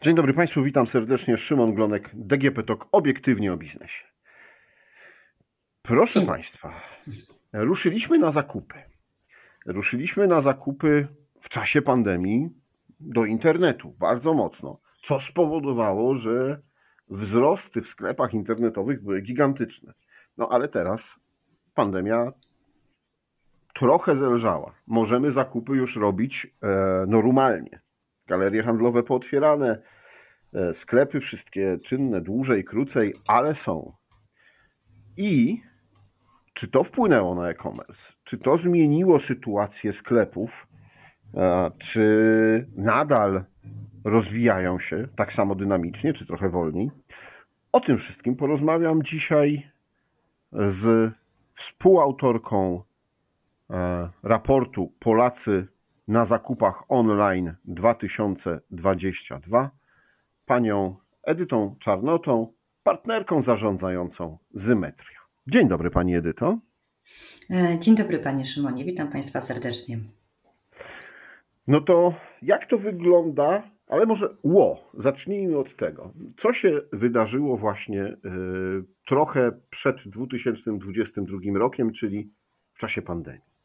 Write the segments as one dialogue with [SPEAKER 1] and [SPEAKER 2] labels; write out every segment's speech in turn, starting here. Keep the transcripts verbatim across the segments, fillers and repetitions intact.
[SPEAKER 1] Dzień dobry Państwu, witam serdecznie. Szymon Glonek, D G P Talk, obiektywnie o biznesie. Proszę Państwa, ruszyliśmy na zakupy. Ruszyliśmy na zakupy w czasie pandemii do internetu bardzo mocno, co spowodowało, że wzrosty w sklepach internetowych były gigantyczne. No ale teraz pandemia trochę zelżała. Możemy zakupy już robić e, normalnie. Galerie handlowe pootwierane, sklepy wszystkie czynne, dłużej, krócej, ale są. I czy to wpłynęło na e-commerce? Czy to zmieniło sytuację sklepów? Czy nadal rozwijają się tak samo dynamicznie, czy trochę wolniej? O tym wszystkim porozmawiam dzisiaj z współautorką raportu Polacy na zakupach online dwa tysiące dwudziestym drugim, panią Edytą Czarnotą, partnerką zarządzającą Zymetria. Dzień dobry Pani Edyto.
[SPEAKER 2] Dzień dobry Panie Szymonie, witam Państwa serdecznie.
[SPEAKER 1] No to jak to wygląda, ale może ło, zacznijmy od tego. Co się wydarzyło właśnie y, trochę przed dwa tysiące dwudziestym drugim rokiem, czyli w czasie pandemii?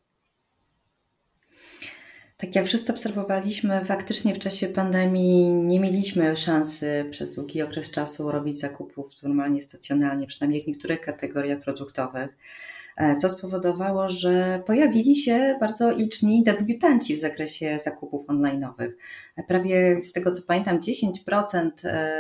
[SPEAKER 2] Tak jak wszyscy obserwowaliśmy, faktycznie w czasie pandemii nie mieliśmy szansy przez długi okres czasu robić zakupów normalnie, stacjonarnie, przynajmniej w niektórych kategoriach produktowych, co spowodowało, że pojawili się bardzo liczni debiutanci w zakresie zakupów online'owych. Prawie z tego co pamiętam dziesięć procent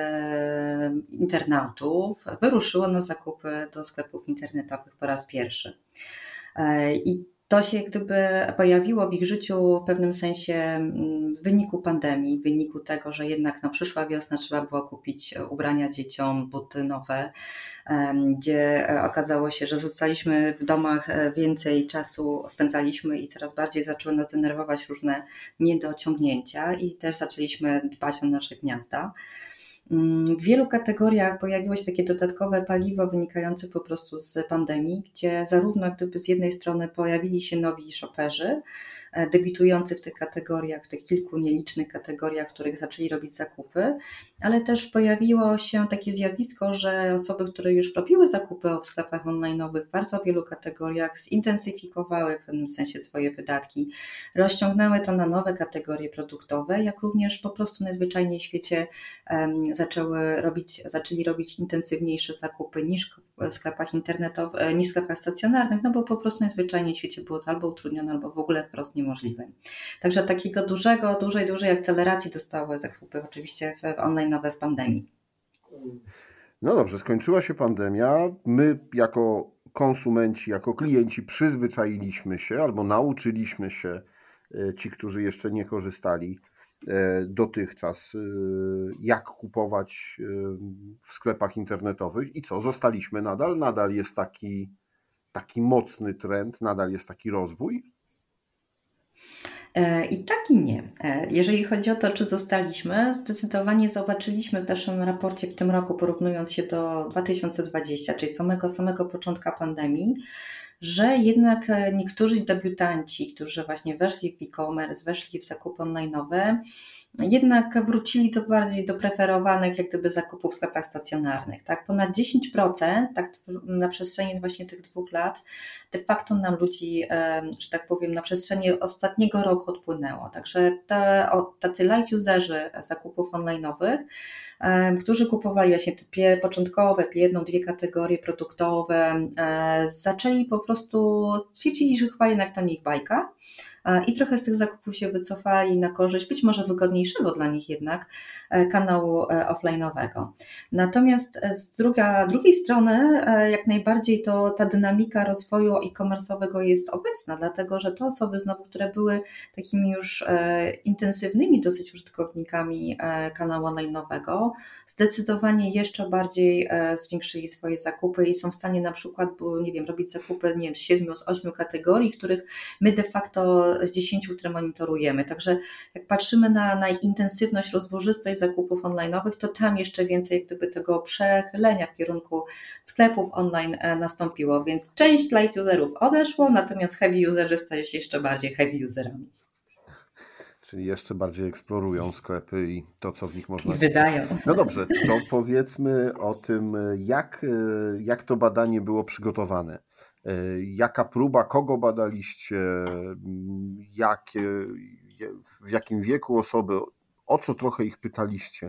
[SPEAKER 2] internautów wyruszyło na zakupy do sklepów internetowych po raz pierwszy. I to się jak gdyby pojawiło w ich życiu w pewnym sensie w wyniku pandemii, w wyniku tego, że jednak no, przyszła wiosna, trzeba było kupić ubrania dzieciom, buty nowe, gdzie okazało się, że zostaliśmy w domach, więcej czasu spędzaliśmy i coraz bardziej zaczęły nas denerwować różne niedociągnięcia i też zaczęliśmy dbać o nasze gniazda. W wielu kategoriach pojawiło się takie dodatkowe paliwo wynikające po prostu z pandemii, gdzie zarówno gdyby z jednej strony pojawili się nowi shopperzy, debiutujący w tych kategoriach, w tych kilku nielicznych kategoriach, w których zaczęli robić zakupy, ale też pojawiło się takie zjawisko, że osoby, które już robiły zakupy w sklepach online'owych w bardzo wielu kategoriach zintensyfikowały w pewnym sensie swoje wydatki, rozciągnęły to na nowe kategorie produktowe, jak również po prostu najzwyczajniej w świecie zaczęły robić, zaczęli robić intensywniejsze zakupy niż w sklepach internetowych, niż w sklepach stacjonarnych, no bo po prostu najzwyczajniej w świecie było to albo utrudnione, albo w ogóle wprost niemożliwe. Także takiego dużego, dużej, dużej akceleracji dostały zakupy oczywiście w online'owe w pandemii.
[SPEAKER 1] No dobrze, skończyła się pandemia. My jako konsumenci, jako klienci przyzwyczailiśmy się albo nauczyliśmy się, ci, którzy jeszcze nie korzystali dotychczas, jak kupować w sklepach internetowych i co, zostaliśmy nadal? Nadal jest taki, taki mocny trend, nadal jest taki rozwój?
[SPEAKER 2] I tak i nie. Jeżeli chodzi o to, czy zostaliśmy, zdecydowanie zobaczyliśmy w naszym raporcie w tym roku, porównując się do dwa tysiące dwudziestego, czyli samego, samego początku pandemii, że jednak niektórzy debiutanci, którzy właśnie weszli w e-commerce, weszli w zakupy online'owe, jednak wrócili do bardziej do preferowanych jak gdyby zakupów w sklepach stacjonarnych. Tak? Ponad dziesięć procent tak, na przestrzeni właśnie tych dwóch lat de facto nam ludzi, że tak powiem, na przestrzeni ostatniego roku odpłynęło. Także te, tacy light userzy zakupów online'owych, którzy kupowali właśnie te początkowe, jedną, dwie kategorie produktowe, zaczęli po prostu stwierdzili, że chyba jednak to nie ich bajka i trochę z tych zakupów się wycofali na korzyść być może wygodniejszego dla nich jednak kanału offline'owego. Natomiast z druga, drugiej strony jak najbardziej to ta dynamika rozwoju e-commerce'owego jest obecna, dlatego że te osoby znowu, które były takimi już intensywnymi dosyć użytkownikami kanału online'owego, zdecydowanie jeszcze bardziej zwiększyli swoje zakupy i są w stanie na przykład, bo nie wiem, robić zakupy nie wiem, z siedmiu, z ośmiu kategorii, których my de facto z dziesięciu, które monitorujemy. Także jak patrzymy na, na ich intensywność, rozłożystość zakupów online'owych, to tam jeszcze więcej jak gdyby tego przechylenia w kierunku sklepów online nastąpiło, więc część light userów odeszło, natomiast heavy userzy stali się jeszcze bardziej heavy userami.
[SPEAKER 1] Czyli jeszcze bardziej eksplorują sklepy i to, co w nich można
[SPEAKER 2] I
[SPEAKER 1] kupić.
[SPEAKER 2] wydają.
[SPEAKER 1] No dobrze, to powiedzmy o tym, jak, jak to badanie było przygotowane. Jaka próba, kogo badaliście, jakie, w jakim wieku osoby, o co trochę ich pytaliście?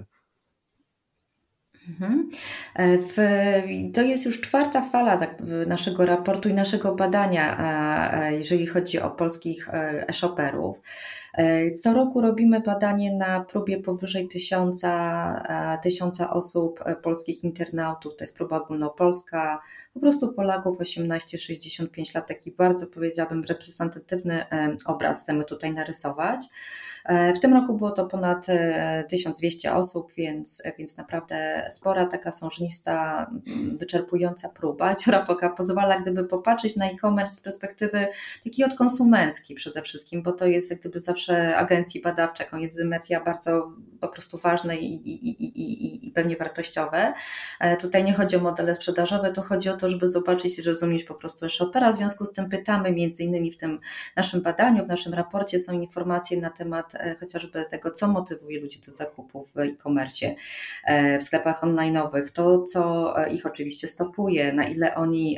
[SPEAKER 2] Mhm. W, to jest już czwarta fala tak, naszego raportu i naszego badania, jeżeli chodzi o polskich e-shopperów. Co roku robimy badanie na próbie powyżej tysiąca, tysiąca osób, polskich internautów, to jest próba ogólnopolska, po prostu Polaków osiemnaście sześćdziesiąt pięć lat, taki bardzo, powiedziałabym, reprezentatywny obraz chcemy tutaj narysować. W tym roku było to ponad tysiąc dwieście osób, więc, więc naprawdę spora, taka sążnista, wyczerpująca próba, która pozwala gdyby popatrzeć na e-commerce z perspektywy takiej odkonsumenckiej przede wszystkim, bo to jest jak gdyby zawsze agencji badawczej, jaką jest Zymetria, bardzo po prostu ważne i, i, i, i, i pewnie wartościowe. Tutaj nie chodzi o modele sprzedażowe, tu chodzi o to, żeby zobaczyć i zrozumieć po prostu e-shopera, w związku z tym pytamy między innymi w tym naszym badaniu, w naszym raporcie są informacje na temat chociażby tego, co motywuje ludzi do zakupów w e-commerce, w sklepach online'owych, to co ich oczywiście stopuje, na ile oni,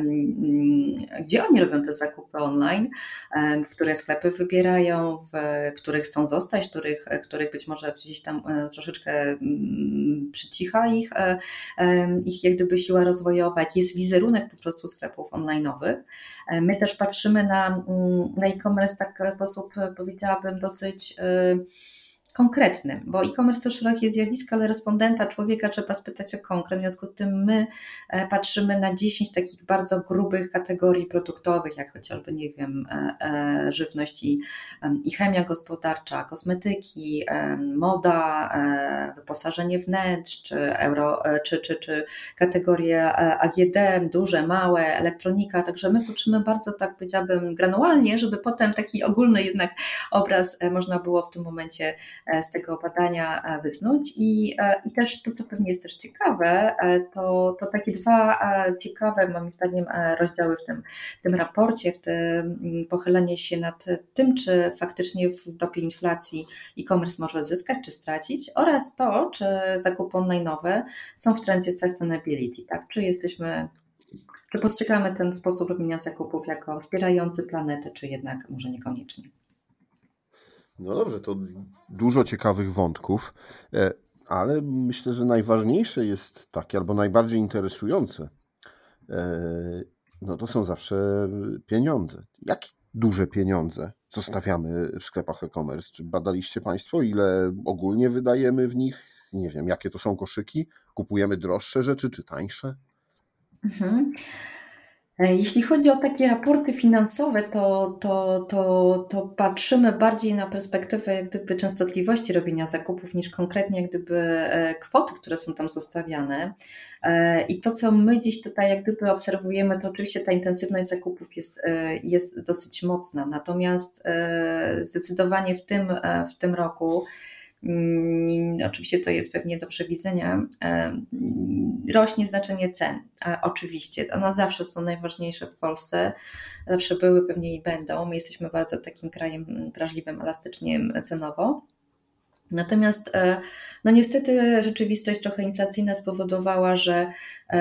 [SPEAKER 2] gdzie oni robią te zakupy online, w które sklepy wybierają, w których chcą zostać, których, których być może gdzieś tam troszeczkę przycicha ich, ich jak gdyby siła rozwojowa, jaki jest wizerunek po prostu sklepów online'owych. My też patrzymy na, na e-commerce tak w sposób, powiedziałabym, dosyć konkretnym, bo e-commerce to szerokie zjawisko, ale respondenta, człowieka trzeba spytać o konkret. W związku z tym my patrzymy na dziesięć takich bardzo grubych kategorii produktowych, jak chociażby, nie wiem, żywność i, i chemia gospodarcza, kosmetyki, moda, wyposażenie wnętrz, czy, euro, czy, czy, czy kategorie A G D, duże, małe, elektronika, także my patrzymy bardzo, tak powiedziałabym, granualnie, żeby potem taki ogólny jednak obraz można było w tym momencie z tego badania wysnuć i, i też to, co pewnie jest też ciekawe, to, to takie dwa ciekawe, moim zdaniem, rozdziały w tym, w tym raporcie, w tym pochylenie się nad tym, czy faktycznie w dobie inflacji e-commerce może zyskać, czy stracić, oraz to, czy zakupy online'owe są w trendzie sustainability, tak? Czy jesteśmy, czy postrzegamy ten sposób robienia zakupów jako wspierający planetę, czy jednak może niekoniecznie.
[SPEAKER 1] No dobrze, to dużo ciekawych wątków, ale myślę, że najważniejsze jest takie, albo najbardziej interesujące, no to są zawsze pieniądze. Jak duże pieniądze zostawiamy w sklepach e-commerce? Czy badaliście Państwo, ile ogólnie wydajemy w nich? Nie wiem, jakie to są koszyki? Kupujemy droższe rzeczy, czy tańsze?
[SPEAKER 2] Mhm. Jeśli chodzi o takie raporty finansowe, to, to, to, to patrzymy bardziej na perspektywę jak gdyby częstotliwości robienia zakupów niż konkretnie jak gdyby kwoty, które są tam zostawiane. I to, co my dziś tutaj jak gdyby obserwujemy, to oczywiście ta intensywność zakupów jest, jest dosyć mocna. Natomiast zdecydowanie w tym, w tym roku, oczywiście to jest pewnie do przewidzenia, rośnie znaczenie cen. Oczywiście, one zawsze są najważniejsze w Polsce, zawsze były, pewnie i będą. My jesteśmy bardzo takim krajem wrażliwym, elastycznie cenowo. Natomiast no niestety rzeczywistość trochę inflacyjna spowodowała, że,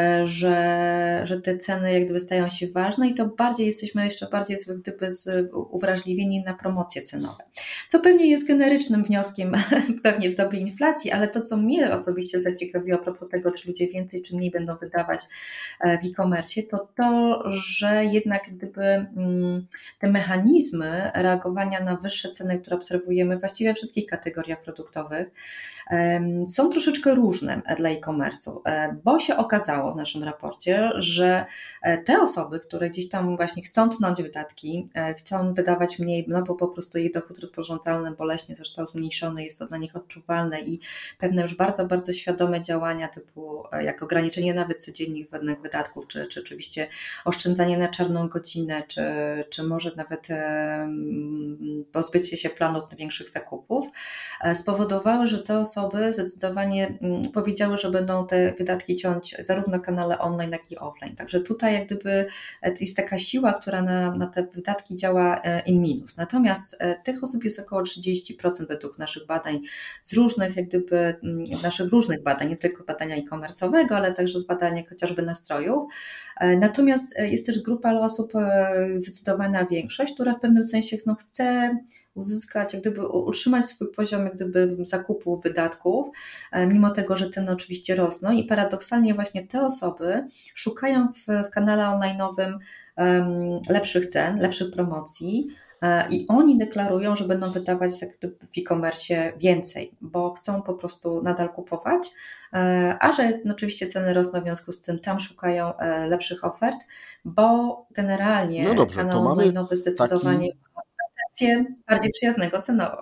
[SPEAKER 2] że, że te ceny jak gdyby stają się ważne i to bardziej jesteśmy jeszcze bardziej jak gdyby z, uwrażliwieni na promocje cenowe. Co pewnie jest generycznym wnioskiem pewnie w dobie inflacji, ale to, co mnie osobiście zaciekawiło a propos tego, czy ludzie więcej czy mniej będą wydawać w e-commerce, to to, że jednak gdyby te mechanizmy reagowania na wyższe ceny, które obserwujemy właściwie we wszystkich kategoriach produktowych, są troszeczkę różne dla e-commerce'u, bo się okazało w naszym raporcie, że te osoby, które gdzieś tam właśnie chcą tnąć wydatki, chcą wydawać mniej, no bo po prostu ich dochód rozporządzalny boleśnie został zmniejszony, jest to dla nich odczuwalne i pewne już bardzo, bardzo świadome działania typu jak ograniczenie nawet codziennych wydatków, czy, czy oczywiście oszczędzanie na czarną godzinę, czy, czy może nawet pozbycie się planów na większych zakupów, spowodowały, że te osoby zdecydowanie powiedziały, że będą te wydatki ciąć zarówno w kanale online, jak i offline. Także tutaj jak gdyby jest taka siła, która na, na te wydatki działa in minus. Natomiast tych osób jest około trzydzieści procent według naszych badań z różnych, jak gdyby naszych różnych badań, nie tylko badania e-commerce'owego, ale także z badania chociażby nastrojów. Natomiast jest też grupa osób, zdecydowana większość, która w pewnym sensie no, chce uzyskać, jak gdyby utrzymać swój poziom jak gdyby zakupu wydatków, mimo tego, że ceny oczywiście rosną i paradoksalnie właśnie te osoby szukają w, w kanale online'owym um, lepszych cen, lepszych promocji i oni deklarują, że będą wydawać jak gdyby w e-commerce więcej, bo chcą po prostu nadal kupować, a że no, oczywiście ceny rosną, w związku z tym tam szukają lepszych ofert, bo generalnie
[SPEAKER 1] No dobrze,
[SPEAKER 2] kanał
[SPEAKER 1] to mamy
[SPEAKER 2] online'owy zdecydowanie
[SPEAKER 1] taki,
[SPEAKER 2] bardziej przyjaznego cenowo.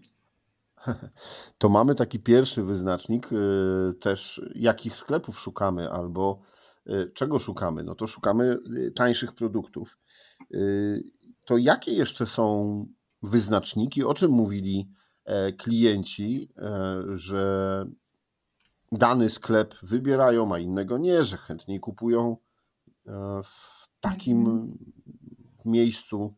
[SPEAKER 1] to mamy taki pierwszy wyznacznik y, też, jakich sklepów szukamy albo y, czego szukamy. No to szukamy y, tańszych produktów. Y, To jakie jeszcze są wyznaczniki, o czym mówili e, klienci, e, że dany sklep wybierają, a innego nie, że chętniej kupują e, w takim miejscu?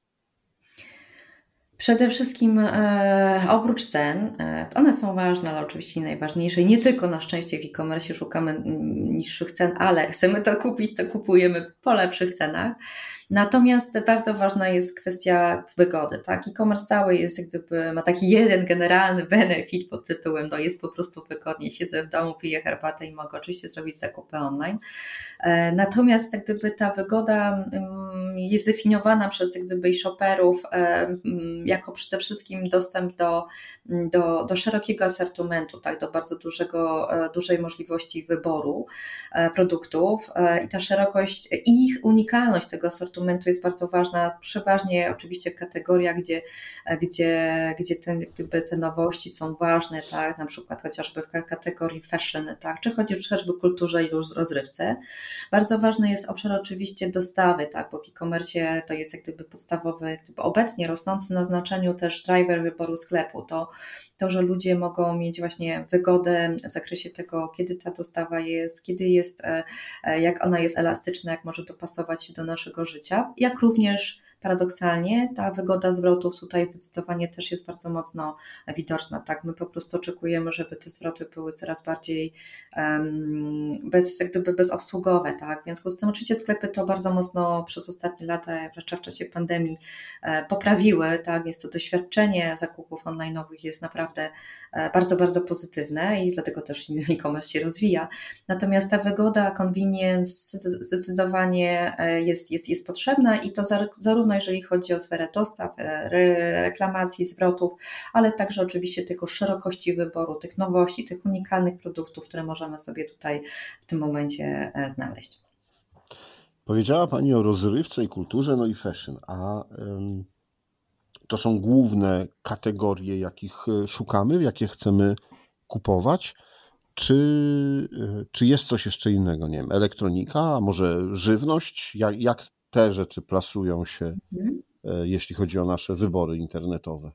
[SPEAKER 2] Przede wszystkim e, oprócz cen, e, one są ważne, ale oczywiście najważniejsze. I nie tylko na szczęście w e-commerce szukamy mm, niższych cen, ale chcemy to kupić, co kupujemy po lepszych cenach. Natomiast bardzo ważna jest kwestia wygody, tak? E-commerce cały jest jak gdyby, ma taki jeden generalny benefit pod tytułem, no jest po prostu wygodnie, siedzę w domu, piję herbatę i mogę oczywiście zrobić zakupy online. E, natomiast jak gdyby ta wygoda mm, jest definiowana przez jak gdyby shopperów e, jako przede wszystkim dostęp do, do, do szerokiego asortymentu, tak, do bardzo dużego, dużej możliwości wyboru produktów i ta szerokość i ich unikalność tego asortymentu jest bardzo ważna, przeważnie oczywiście w kategoriach, gdzie, gdzie, gdzie te, gdyby te nowości są ważne, tak, na przykład chociażby w kategorii fashion, tak, czy chociażby kulturze i rozrywce. Bardzo ważny jest obszar oczywiście dostawy, tak, bo w e-commerce to jest jak gdyby podstawowy, jak gdyby obecnie rosnący na znaczeniu też driver wyboru sklepu, to, to, że ludzie mogą mieć właśnie wygodę w zakresie tego, kiedy ta dostawa jest, kiedy jest, jak ona jest elastyczna, jak może dopasować się do naszego życia, jak również paradoksalnie ta wygoda zwrotów tutaj zdecydowanie też jest bardzo mocno widoczna. Tak, my po prostu oczekujemy, żeby te zwroty były coraz bardziej um, bez, jak gdyby bezobsługowe. Tak? W związku z tym oczywiście sklepy to bardzo mocno przez ostatnie lata, zwłaszcza w czasie pandemii, e, poprawiły. Tak? Jest to doświadczenie zakupów online'owych jest naprawdę e, bardzo, bardzo pozytywne i dlatego też e-commerce się rozwija. Natomiast ta wygoda, convenience zdecydowanie jest, jest, jest potrzebna i to zarówno jeżeli chodzi o sferę dostaw, re, reklamacji, zwrotów, ale także oczywiście tylko szerokości wyboru, tych nowości, tych unikalnych produktów, które możemy sobie tutaj w tym momencie znaleźć.
[SPEAKER 1] Powiedziała Pani o rozrywce i kulturze, no i fashion, a ym, to są główne kategorie, jakich szukamy, jakie chcemy kupować, czy, czy jest coś jeszcze innego, nie wiem, elektronika, a może żywność, jak, jak te rzeczy plasują się, mhm. jeśli chodzi o nasze wybory internetowe?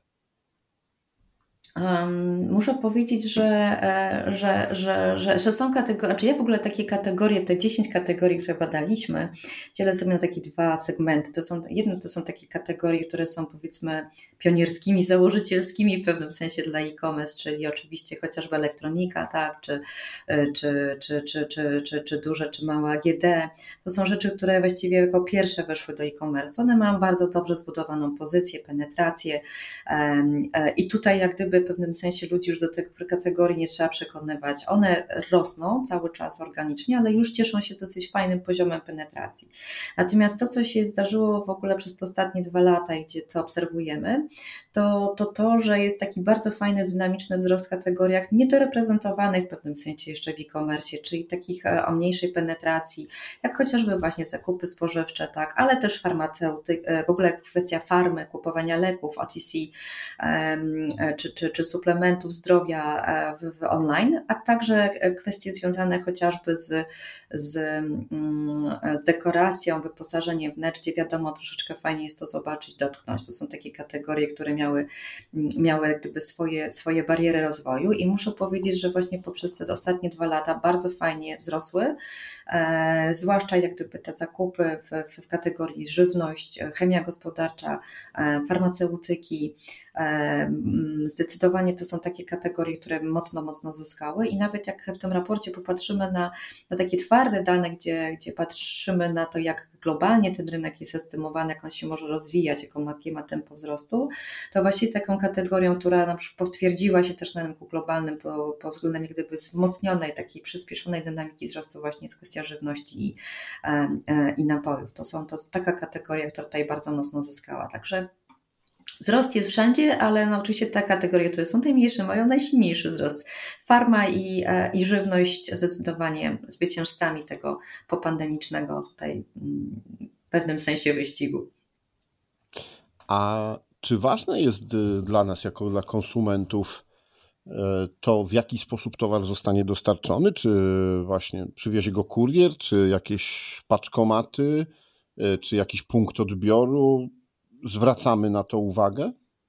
[SPEAKER 2] Um, muszę powiedzieć, że, że, że, że, że są kategorie, znaczy ja w ogóle takie kategorie, te dziesięć kategorii, które badaliśmy, dzielę sobie na takie dwa segmenty. To są, jedne to są takie kategorie, które są powiedzmy pionierskimi, założycielskimi w pewnym sensie dla e-commerce, czyli oczywiście chociażby elektronika, tak, czy, czy, czy, czy, czy, czy, czy duże, czy małe A G D. To są rzeczy, które właściwie jako pierwsze weszły do e-commerce. One mają bardzo dobrze zbudowaną pozycję, penetrację um, i tutaj jak gdyby w pewnym sensie ludzi już do tych kategorii nie trzeba przekonywać. One rosną cały czas organicznie, ale już cieszą się dosyć fajnym poziomem penetracji. Natomiast to, co się zdarzyło w ogóle przez te ostatnie dwa lata, gdzie co obserwujemy, to, to to, że jest taki bardzo fajny, dynamiczny wzrost w kategoriach niedoreprezentowanych w pewnym sensie jeszcze w e-commerce, czyli takich o mniejszej penetracji, jak chociażby właśnie zakupy spożywcze, tak, ale też farmaceutyk, w ogóle kwestia farmy, kupowania leków, O T C, czy, czy dotyczy suplementów zdrowia w, w online, a także kwestie związane chociażby z, z, z dekoracją, wyposażeniem wnętrz, gdzie wiadomo, troszeczkę fajnie jest to zobaczyć, dotknąć. To są takie kategorie, które miały, miały jak gdyby swoje, swoje bariery rozwoju i muszę powiedzieć, że właśnie poprzez te ostatnie dwa lata bardzo fajnie wzrosły, e, zwłaszcza jak gdyby te zakupy w, w, w kategorii żywność, chemia gospodarcza, e, farmaceutyki. E, zdecydowanie to są takie kategorie, które mocno, mocno zyskały i nawet jak w tym raporcie popatrzymy na, na takie twarde dane, gdzie, gdzie patrzymy na to, jak globalnie ten rynek jest estymowany, jak on się może rozwijać, jaką, jakie ma tempo wzrostu, to właśnie taką kategorią, która na przykład potwierdziła się też na rynku globalnym pod po względem jak gdyby wzmocnionej, takiej przyspieszonej dynamiki wzrostu właśnie jest kwestia żywności i, e, i napojów. To są to taka kategoria, która tutaj bardzo mocno zyskała. Także wzrost jest wszędzie, ale no oczywiście te kategorie, które są najmniejsze, mają najsilniejszy wzrost. Farma i, i żywność zdecydowanie zwycięzcami tego popandemicznego tutaj w pewnym sensie wyścigu.
[SPEAKER 1] A czy ważne jest dla nas, jako dla konsumentów, to w jaki sposób towar zostanie dostarczony? Czy właśnie przywiezie go kurier, czy jakieś paczkomaty, czy jakiś punkt odbioru? Zwracamy na to uwagę?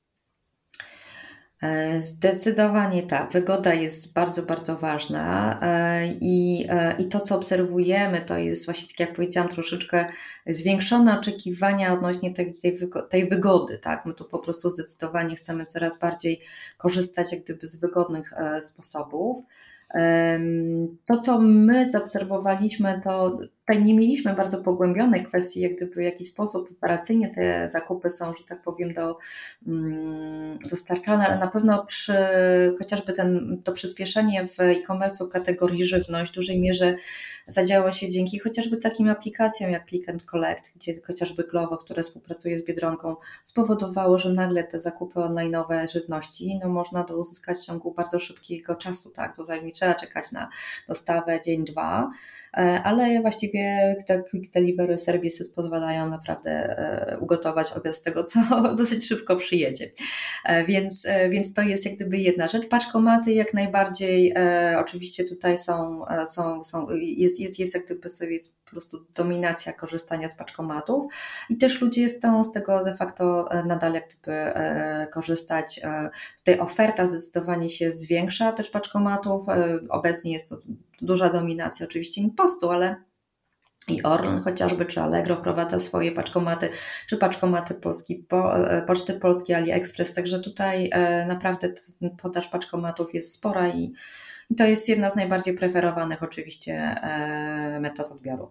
[SPEAKER 2] Zdecydowanie tak. Wygoda jest bardzo, bardzo ważna i, i to, co obserwujemy, to jest właśnie, tak jak powiedziałam, troszeczkę zwiększone oczekiwania odnośnie tej, tej, tej wygody. Tak? My tu po prostu zdecydowanie chcemy coraz bardziej korzystać jak gdyby z wygodnych sposobów. To, co my zaobserwowaliśmy, to tutaj nie mieliśmy bardzo pogłębionej kwestii, jak gdyby w jaki sposób operacyjnie te zakupy są, że tak powiem, do, dostarczane, ale na pewno przy, chociażby ten, to przyspieszenie w e-commerce w kategorii żywność w dużej mierze zadziało się dzięki chociażby takim aplikacjom jak Click and Collect, gdzie chociażby Glovo, które współpracuje z Biedronką, spowodowało, że nagle te zakupy online'owe żywności no, można do uzyskać w ciągu bardzo szybkiego czasu. Tak? Tutaj nie trzeba czekać na dostawę dzień, dwa, ale właściwie te quick delivery services pozwalają naprawdę ugotować obiad z tego, co dosyć szybko przyjedzie. Więc, więc to jest jak gdyby jedna rzecz. Paczkomaty jak najbardziej oczywiście tutaj są, są, są jest, jest, jest jak gdyby sobie jest po prostu dominacja korzystania z paczkomatów i też ludzie chcą z tego de facto nadal jak gdyby korzystać. Tutaj oferta zdecydowanie się zwiększa też paczkomatów. Obecnie jest to duża dominacja oczywiście Impostu, ale i Orlen chociażby, czy Allegro wprowadza swoje paczkomaty, czy paczkomaty Polski, po, Poczty Polskiej, AliExpress, także tutaj naprawdę podaż paczkomatów jest spora i, i to jest jedna z najbardziej preferowanych oczywiście metod odbioru.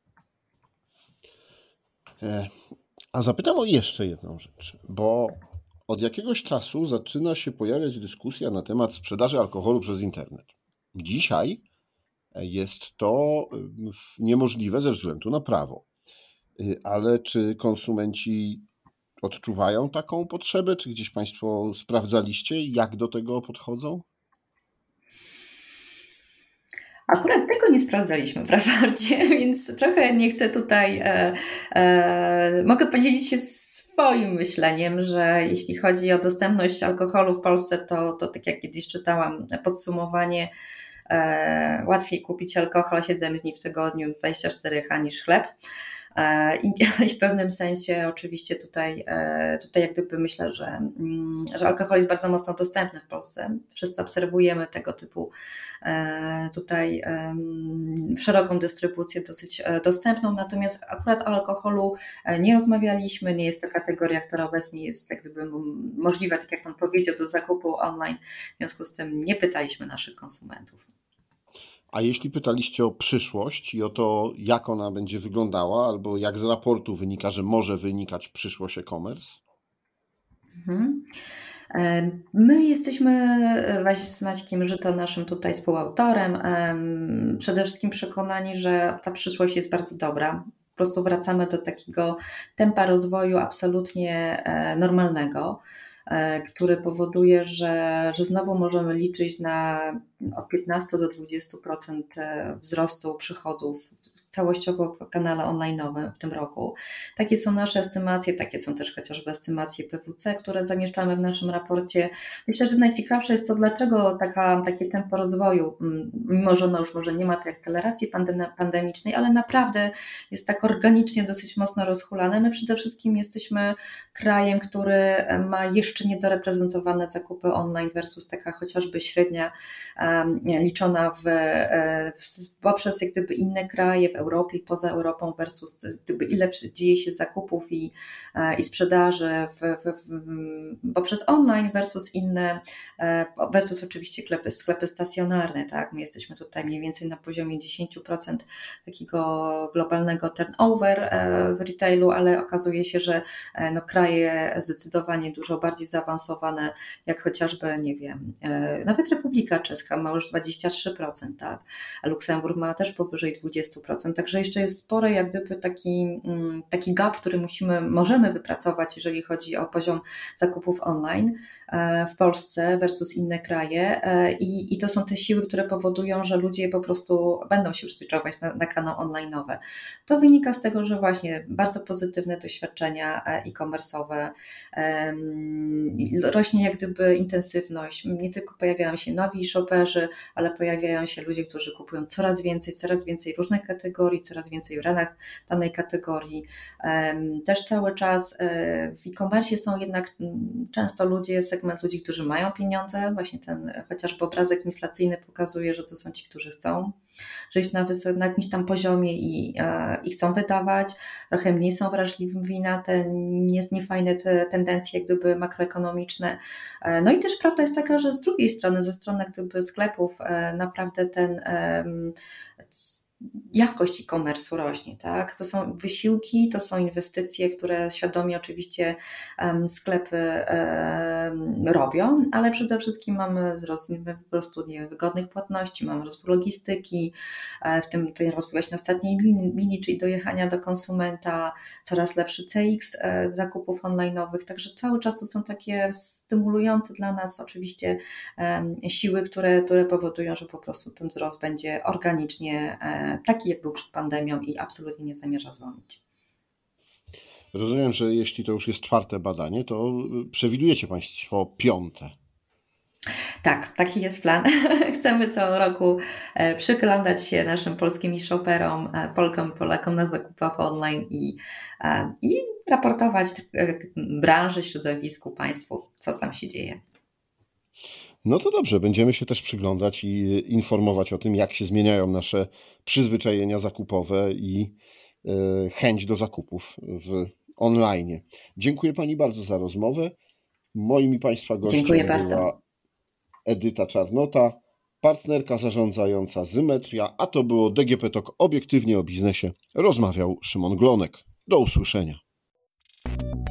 [SPEAKER 1] A zapytam o jeszcze jedną rzecz, bo od jakiegoś czasu zaczyna się pojawiać dyskusja na temat sprzedaży alkoholu przez internet. Dzisiaj jest to niemożliwe ze względu na prawo. Ale czy konsumenci odczuwają taką potrzebę? Czy gdzieś Państwo sprawdzaliście, jak do tego podchodzą?
[SPEAKER 2] Akurat tego nie sprawdzaliśmy w raporcie, więc trochę nie chcę tutaj, e, e, mogę podzielić się swoim myśleniem, że jeśli chodzi o dostępność alkoholu w Polsce, to, to tak jak kiedyś czytałam podsumowanie, e, łatwiej kupić alkohol siedem dni w tygodniu, dwadzieścia cztery ha niż chleb. I w pewnym sensie oczywiście tutaj, tutaj jak gdyby myślę, że, że alkohol jest bardzo mocno dostępny w Polsce. Wszyscy obserwujemy tego typu tutaj szeroką dystrybucję dosyć dostępną, natomiast akurat o alkoholu nie rozmawialiśmy, nie jest to kategoria, która obecnie jest jak gdyby możliwa, tak jak Pan powiedział, do zakupu online, w związku z tym nie pytaliśmy naszych konsumentów.
[SPEAKER 1] A jeśli pytaliście o przyszłość i o to, jak ona będzie wyglądała, albo jak z raportu wynika, że może wynikać przyszłość e-commerce?
[SPEAKER 2] Mhm. My jesteśmy właśnie z Maćkiem Żyto, naszym tutaj współautorem, przede wszystkim przekonani, że ta przyszłość jest bardzo dobra. Po prostu wracamy do takiego tempa rozwoju absolutnie normalnego, który powoduje, że, że znowu możemy liczyć na od piętnastu do dwudziestu procent wzrostu przychodów całościowo w kanale online'owym w tym roku. Takie są nasze estymacje, takie są też chociażby estymacje P W C, które zamieszczamy w naszym raporcie. Myślę, że najciekawsze jest to, dlaczego taka, takie tempo rozwoju, mimo że no już może nie ma tej akceleracji pandemicznej, ale naprawdę jest tak organicznie dosyć mocno rozhulane. My przede wszystkim jesteśmy krajem, który ma jeszcze niedoreprezentowane zakupy online versus taka chociażby średnia um, liczona w, w, poprzez jak gdyby inne kraje w Europie i poza Europą versus gdyby ile dzieje się zakupów i, i sprzedaży w, w, w, poprzez online versus inne, versus oczywiście sklepy, sklepy stacjonarne. Tak? My jesteśmy tutaj mniej więcej na poziomie dziesięć procent takiego globalnego turnover w retailu, ale okazuje się, że no, kraje zdecydowanie dużo bardziej zaawansowane, jak chociażby, nie wiem, nawet Republika Czeska ma już dwadzieścia trzy procent, tak? A Luksemburg ma też powyżej dwadzieścia procent, także jeszcze jest spory jak gdyby taki, taki gap, który musimy, możemy wypracować, jeżeli chodzi o poziom zakupów online w Polsce versus inne kraje i, i to są te siły, które powodują, że ludzie po prostu będą się switchować na, na kanał online'owe. To wynika z tego, że właśnie bardzo pozytywne doświadczenia e-commerce'owe, rośnie jak gdyby intensywność, nie tylko pojawiają się nowi shopperzy, ale pojawiają się ludzie, którzy kupują coraz więcej, coraz więcej różnych kategorii, coraz więcej w ranach danej kategorii. Też cały czas w e-commerce są jednak często ludzie, segment ludzi, którzy mają pieniądze, właśnie ten chociażby obrazek inflacyjny pokazuje, że to są ci, którzy chcą żyć na, wysok- na jakimś tam poziomie i, e, i chcą wydawać, trochę mniej są wrażliwi na te nie, niefajne te tendencje jak gdyby makroekonomiczne. E, no i też prawda jest taka, że z drugiej strony, ze strony jak gdyby sklepów e, naprawdę ten e, jakość e-commerce rośnie, tak? To są wysiłki, to są inwestycje, które świadomie oczywiście um, sklepy um, robią, ale przede wszystkim mamy rozwój po prostu nie wiem, wygodnych płatności, mamy rozwój logistyki, w tym ten rozwój właśnie ostatniej linii, czyli dojechania do konsumenta, coraz lepszy C X zakupów online'owych, także cały czas to są takie stymulujące dla nas oczywiście um, siły, które, które powodują, że po prostu ten wzrost będzie organicznie taki, jak był przed pandemią i absolutnie nie zamierza zwolnić.
[SPEAKER 1] Rozumiem, że jeśli to już jest czwarte badanie, to przewidujecie Państwo piąte.
[SPEAKER 2] Tak, taki jest plan. Chcemy co roku przyglądać się naszym polskim shopperom, Polkom i Polakom na zakupach online i, i raportować branży, środowisku, państwu, co tam się dzieje.
[SPEAKER 1] No to dobrze, będziemy się też przyglądać i informować o tym, jak się zmieniają nasze przyzwyczajenia zakupowe i chęć do zakupów w online. Dziękuję Pani bardzo za rozmowę. Moim i Państwa gościem
[SPEAKER 2] Dziękuję
[SPEAKER 1] była
[SPEAKER 2] bardzo.
[SPEAKER 1] Edyta Czarnota, partnerka zarządzająca Zymetria, a to było D G P Talk obiektywnie o biznesie. Rozmawiał Szymon Glonek. Do usłyszenia.